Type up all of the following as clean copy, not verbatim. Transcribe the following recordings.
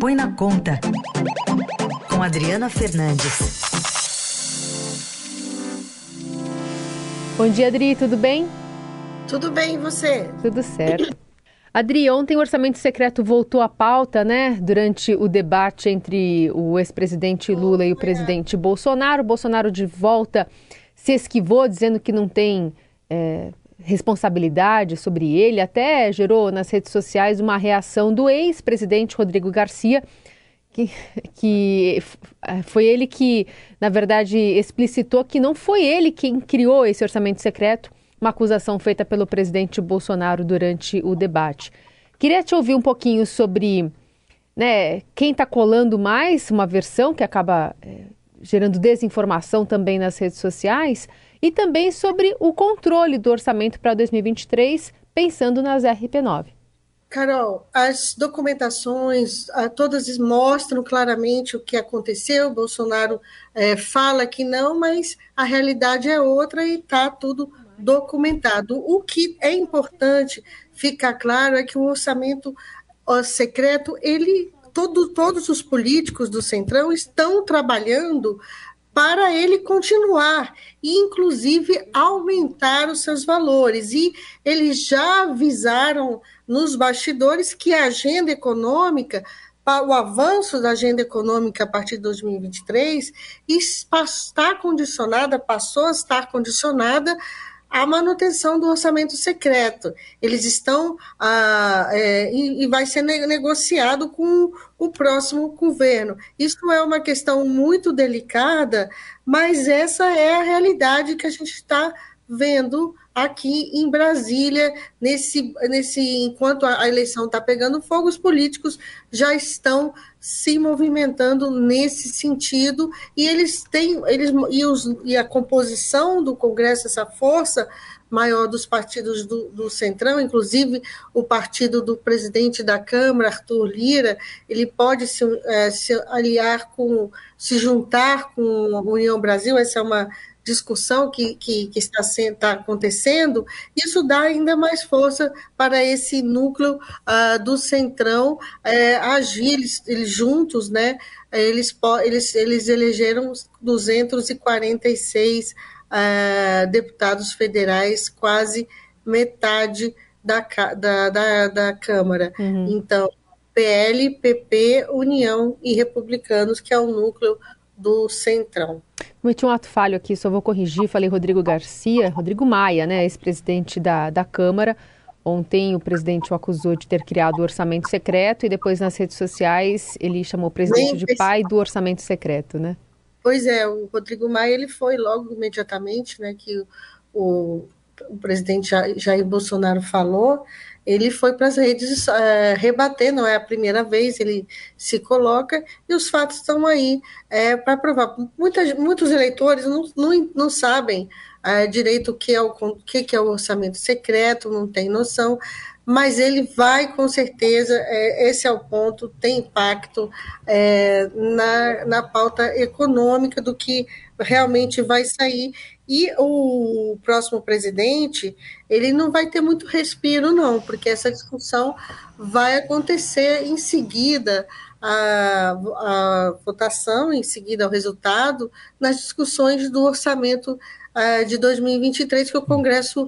Põe na Conta, com Adriana Fernandes. Bom dia, Adri, tudo bem? Tudo bem, e você? Tudo certo. Adri, ontem o orçamento secreto voltou à pauta, né? Durante o debate entre o ex-presidente Lula e o presidente Bolsonaro. O Bolsonaro de volta se esquivou, dizendo que não tem responsabilidade sobre ele. Até gerou nas redes sociais uma reação do ex-presidente Rodrigo Garcia, que foi ele que, na verdade, explicitou que não foi ele quem criou esse orçamento secreto, uma acusação feita pelo presidente Bolsonaro durante o debate. Queria te ouvir um pouquinho sobre, né, quem está colando mais, uma versão que acaba gerando desinformação também nas redes sociais, e também sobre o controle do orçamento para 2023, pensando nas RP9. Carol, as documentações, todas mostram claramente o que aconteceu. Bolsonaro fala que não, mas a realidade é outra e está tudo documentado. O que é importante ficar claro é que o orçamento secreto, todos os políticos do Centrão estão trabalhando para ele continuar e, inclusive, aumentar os seus valores. E eles já avisaram nos bastidores que a agenda econômica, o avanço da agenda econômica a partir de 2023, passou a estar condicionada à manutenção do orçamento secreto. Eles estão, e vai ser negociado com o próximo governo. Isso é uma questão muito delicada, mas essa é a realidade que a gente está vendo aqui em Brasília, enquanto a eleição está pegando fogo, os políticos já estão se movimentando nesse sentido, e e a composição do Congresso, essa força maior dos partidos do Centrão, inclusive o partido do presidente da Câmara, Arthur Lira, ele pode se aliar se juntar com a União Brasil. Essa é uma discussão que está acontecendo. Isso dá ainda mais força para esse núcleo do Centrão agir, eles juntos, né? Eles elegeram 246 deputados federais, quase metade da Câmara. Uhum. Então, PL, PP, União e Republicanos, que é o núcleo do Centrão. Cometi um ato falho aqui, só vou corrigir, falei Rodrigo Maia, né, ex-presidente da Câmara. Ontem o presidente o acusou de ter criado o orçamento secreto e depois nas redes sociais ele chamou o presidente de pai do orçamento secreto, né? Pois é, o Rodrigo Maia, ele foi logo imediatamente, né, que o presidente Jair Bolsonaro falou, ele foi para as redes rebater, não é a primeira vez, ele se coloca, e os fatos estão aí para provar. Muitos eleitores não sabem direito o que é o orçamento secreto, não tem noção, mas ele vai, com certeza, esse é o ponto, tem impacto na pauta econômica do que realmente vai sair. E o próximo presidente, ele não vai ter muito respiro, não, porque essa discussão vai acontecer em seguida a votação, em seguida ao resultado, nas discussões do orçamento de 2023, que o Congresso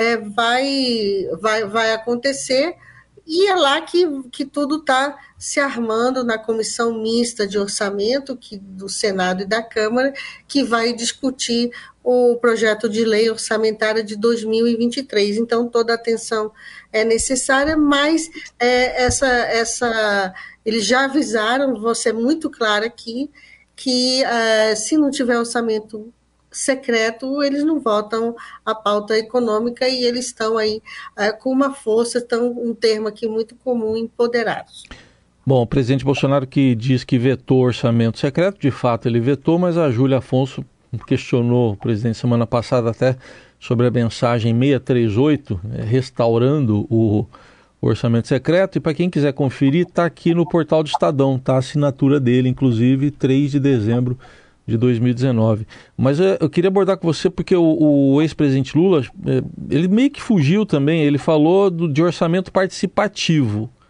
vai acontecer, e é lá que tudo está se armando na comissão mista de orçamento do Senado e da Câmara, que vai discutir o projeto de lei orçamentária de 2023. Então, toda a atenção é necessária, mas eles já avisaram, vou ser muito clara aqui, que se não tiver orçamento secreto, eles não votam a pauta econômica, e eles estão aí com uma força, um termo aqui muito comum, empoderados. Bom, o presidente Bolsonaro, que diz que vetou o orçamento secreto, de fato ele vetou, mas a Júlia Afonso questionou o presidente semana passada até sobre a mensagem 638, restaurando o orçamento secreto, e para quem quiser conferir, está aqui no portal do Estadão, está a assinatura dele, inclusive 3 de dezembro de 2019. Mas eu queria abordar com você porque o ex-presidente Lula, ele meio que fugiu também, ele falou de orçamento participativo.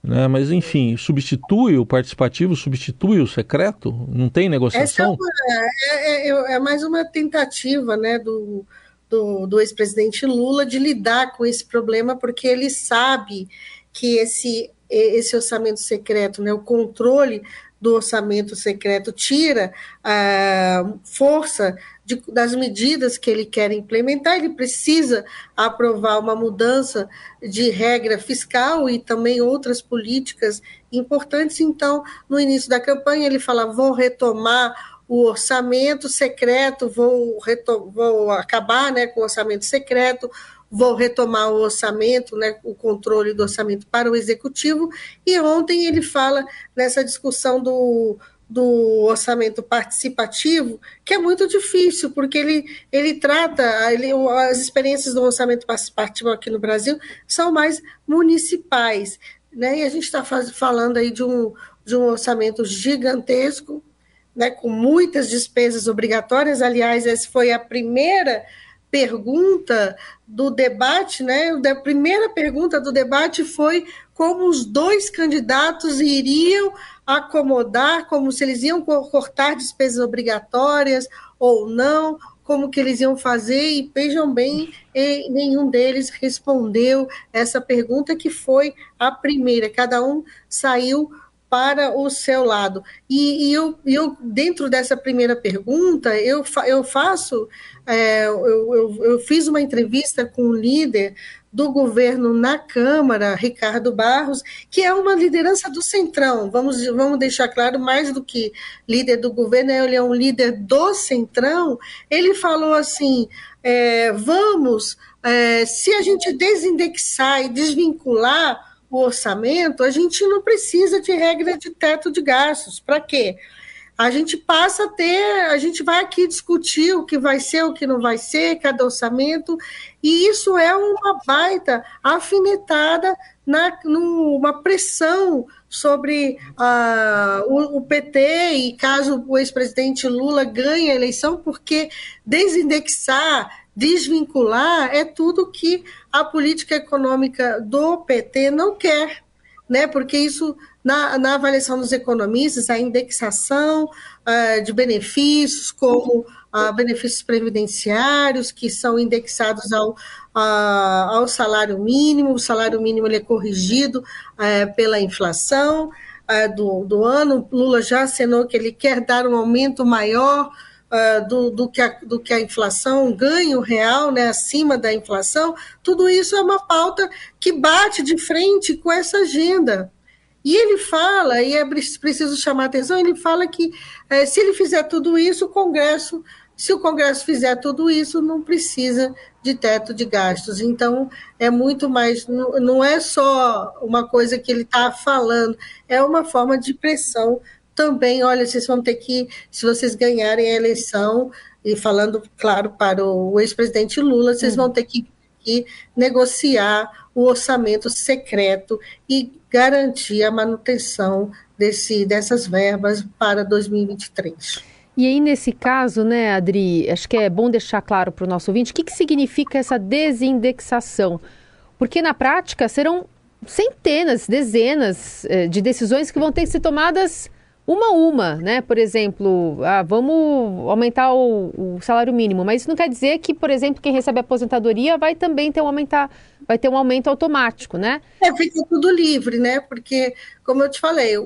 né? Mas, enfim, substitui o participativo, substitui o secreto? Não tem negociação? É mais uma tentativa, né, do ex-presidente Lula de lidar com esse problema, porque ele sabe que esse orçamento secreto, né, o controle do orçamento secreto tira a força das medidas que ele quer implementar. Ele precisa aprovar uma mudança de regra fiscal e também outras políticas importantes. Então, no início da campanha, ele fala: vou retomar o orçamento secreto, vou acabar, né, com o orçamento secreto, vou retomar o orçamento, né, o controle do orçamento para o executivo. E ontem ele fala nessa discussão do orçamento participativo, que é muito difícil, porque ele trata, as experiências do orçamento participativo aqui no Brasil são mais municipais, né? E a gente está falando aí de um orçamento gigantesco, né, com muitas despesas obrigatórias. Aliás, essa foi a primeira pergunta do debate, né? A primeira pergunta do debate foi como os dois candidatos iriam acomodar, como se eles iam cortar despesas obrigatórias ou não, como que eles iam fazer, e vejam bem, nenhum deles respondeu essa pergunta, que foi a primeira. Cada um saiu para o seu lado. E eu dentro dessa primeira pergunta, eu fiz uma entrevista com o líder do governo na Câmara, Ricardo Barros, que é uma liderança do Centrão. Vamos deixar claro, mais do que líder do governo, ele é um líder do Centrão. Ele falou assim: se a gente desindexar e desvincular o orçamento, a gente não precisa de regra de teto de gastos. Para quê? A gente vai aqui discutir o que vai ser, o que não vai ser, cada orçamento, e isso é uma baita alfinetada, numa pressão sobre o PT, e caso o ex-presidente Lula ganhe a eleição, porque desindexar, desvincular é tudo que a política econômica do PT não quer, né? Porque isso, na avaliação dos economistas, a indexação de benefícios, como benefícios previdenciários, que são indexados ao salário mínimo. O salário mínimo ele é corrigido pela inflação do ano. Lula já acenou que ele quer dar um aumento maior do que a inflação, um ganho real, né, acima da inflação. Tudo isso é uma pauta que bate de frente com essa agenda. E ele fala, e é preciso chamar a atenção, ele fala que se ele fizer tudo isso, se o Congresso fizer tudo isso, não precisa de teto de gastos. Então, é muito mais, não é só uma coisa que ele está falando, é uma forma de pressão também. Olha, vocês vão ter que, se vocês ganharem a eleição, e falando, claro, para o ex-presidente Lula, vocês vão ter que negociar o orçamento secreto e garantir a manutenção dessas verbas para 2023. E aí, nesse caso, né, Adri, acho que é bom deixar claro para o nosso ouvinte o que significa essa desindexação. Porque, na prática, serão centenas, dezenas de decisões que vão ter que ser tomadas uma a uma, né? Por exemplo, vamos aumentar o salário mínimo, mas isso não quer dizer que, por exemplo, quem recebe aposentadoria vai também ter um aumento automático, né? Fica tudo livre, né? Porque, como eu te falei,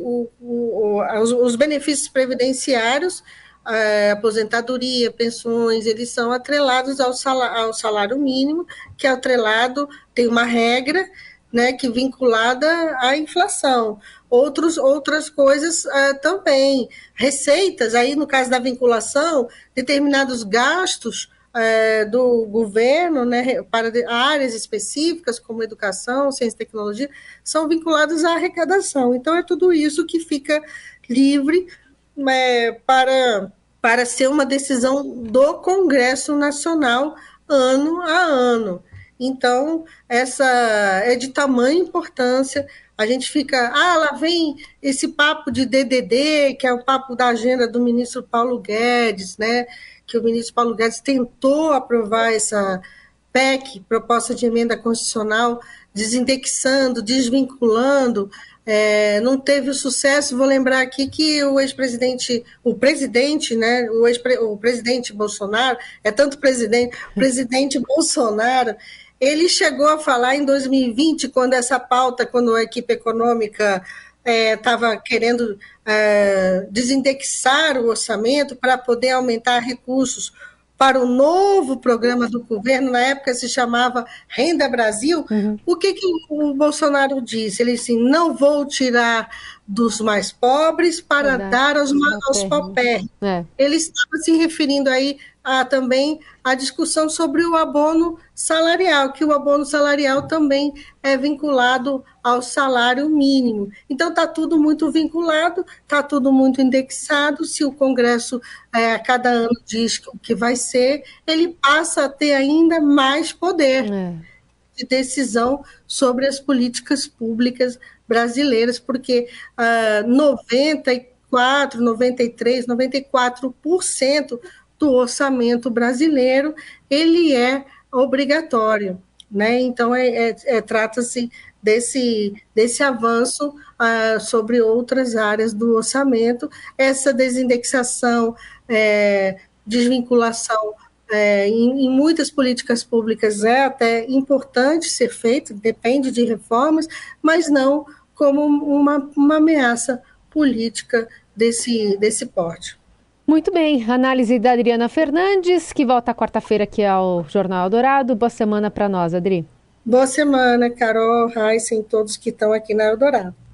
os benefícios previdenciários, aposentadoria, pensões, eles são atrelados ao salário mínimo, que é atrelado, tem uma regra, né, que vinculada à inflação. Outras coisas também, receitas, aí no caso da vinculação, determinados gastos do governo, né, para áreas específicas, como educação, ciência e tecnologia, são vinculados à arrecadação. Então, é tudo isso que fica livre para ser uma decisão do Congresso Nacional ano a ano. Então, essa é de tamanha importância. A gente fica, lá vem esse papo de DDD, que é o papo da agenda do ministro Paulo Guedes, né? Que o ministro Paulo Guedes tentou aprovar PEC, proposta de emenda constitucional, desindexando, desvinculando, não teve o sucesso. Vou lembrar aqui que o presidente Bolsonaro, o presidente Bolsonaro, ele chegou a falar em 2020, quando a equipe econômica estava querendo desindexar o orçamento para poder aumentar recursos para o novo programa do governo, na época se chamava Renda Brasil. O que o Bolsonaro disse? Ele disse, não vou tirar dos mais pobres para dar aos paupérrimos. Ele estava se referindo aí também à discussão sobre o abono salarial, que o abono salarial também é vinculado ao salário mínimo. Então, está tudo muito vinculado, está tudo muito indexado. Se o Congresso a cada ano diz o que vai ser, ele passa a ter ainda mais poder de decisão sobre as políticas públicas brasileiras, porque 94% do orçamento brasileiro ele é obrigatório, né? Então trata-se desse avanço sobre outras áreas do orçamento. Essa desindexação, desvinculação em muitas políticas públicas é até importante ser feito, depende de reformas, mas não como uma ameaça política desse porte. Muito bem, análise da Adriana Fernandes, que volta quarta-feira aqui ao Jornal Eldorado. Boa semana para nós, Adri. Boa semana, Carol, Raíssa e todos que estão aqui na Eldorado.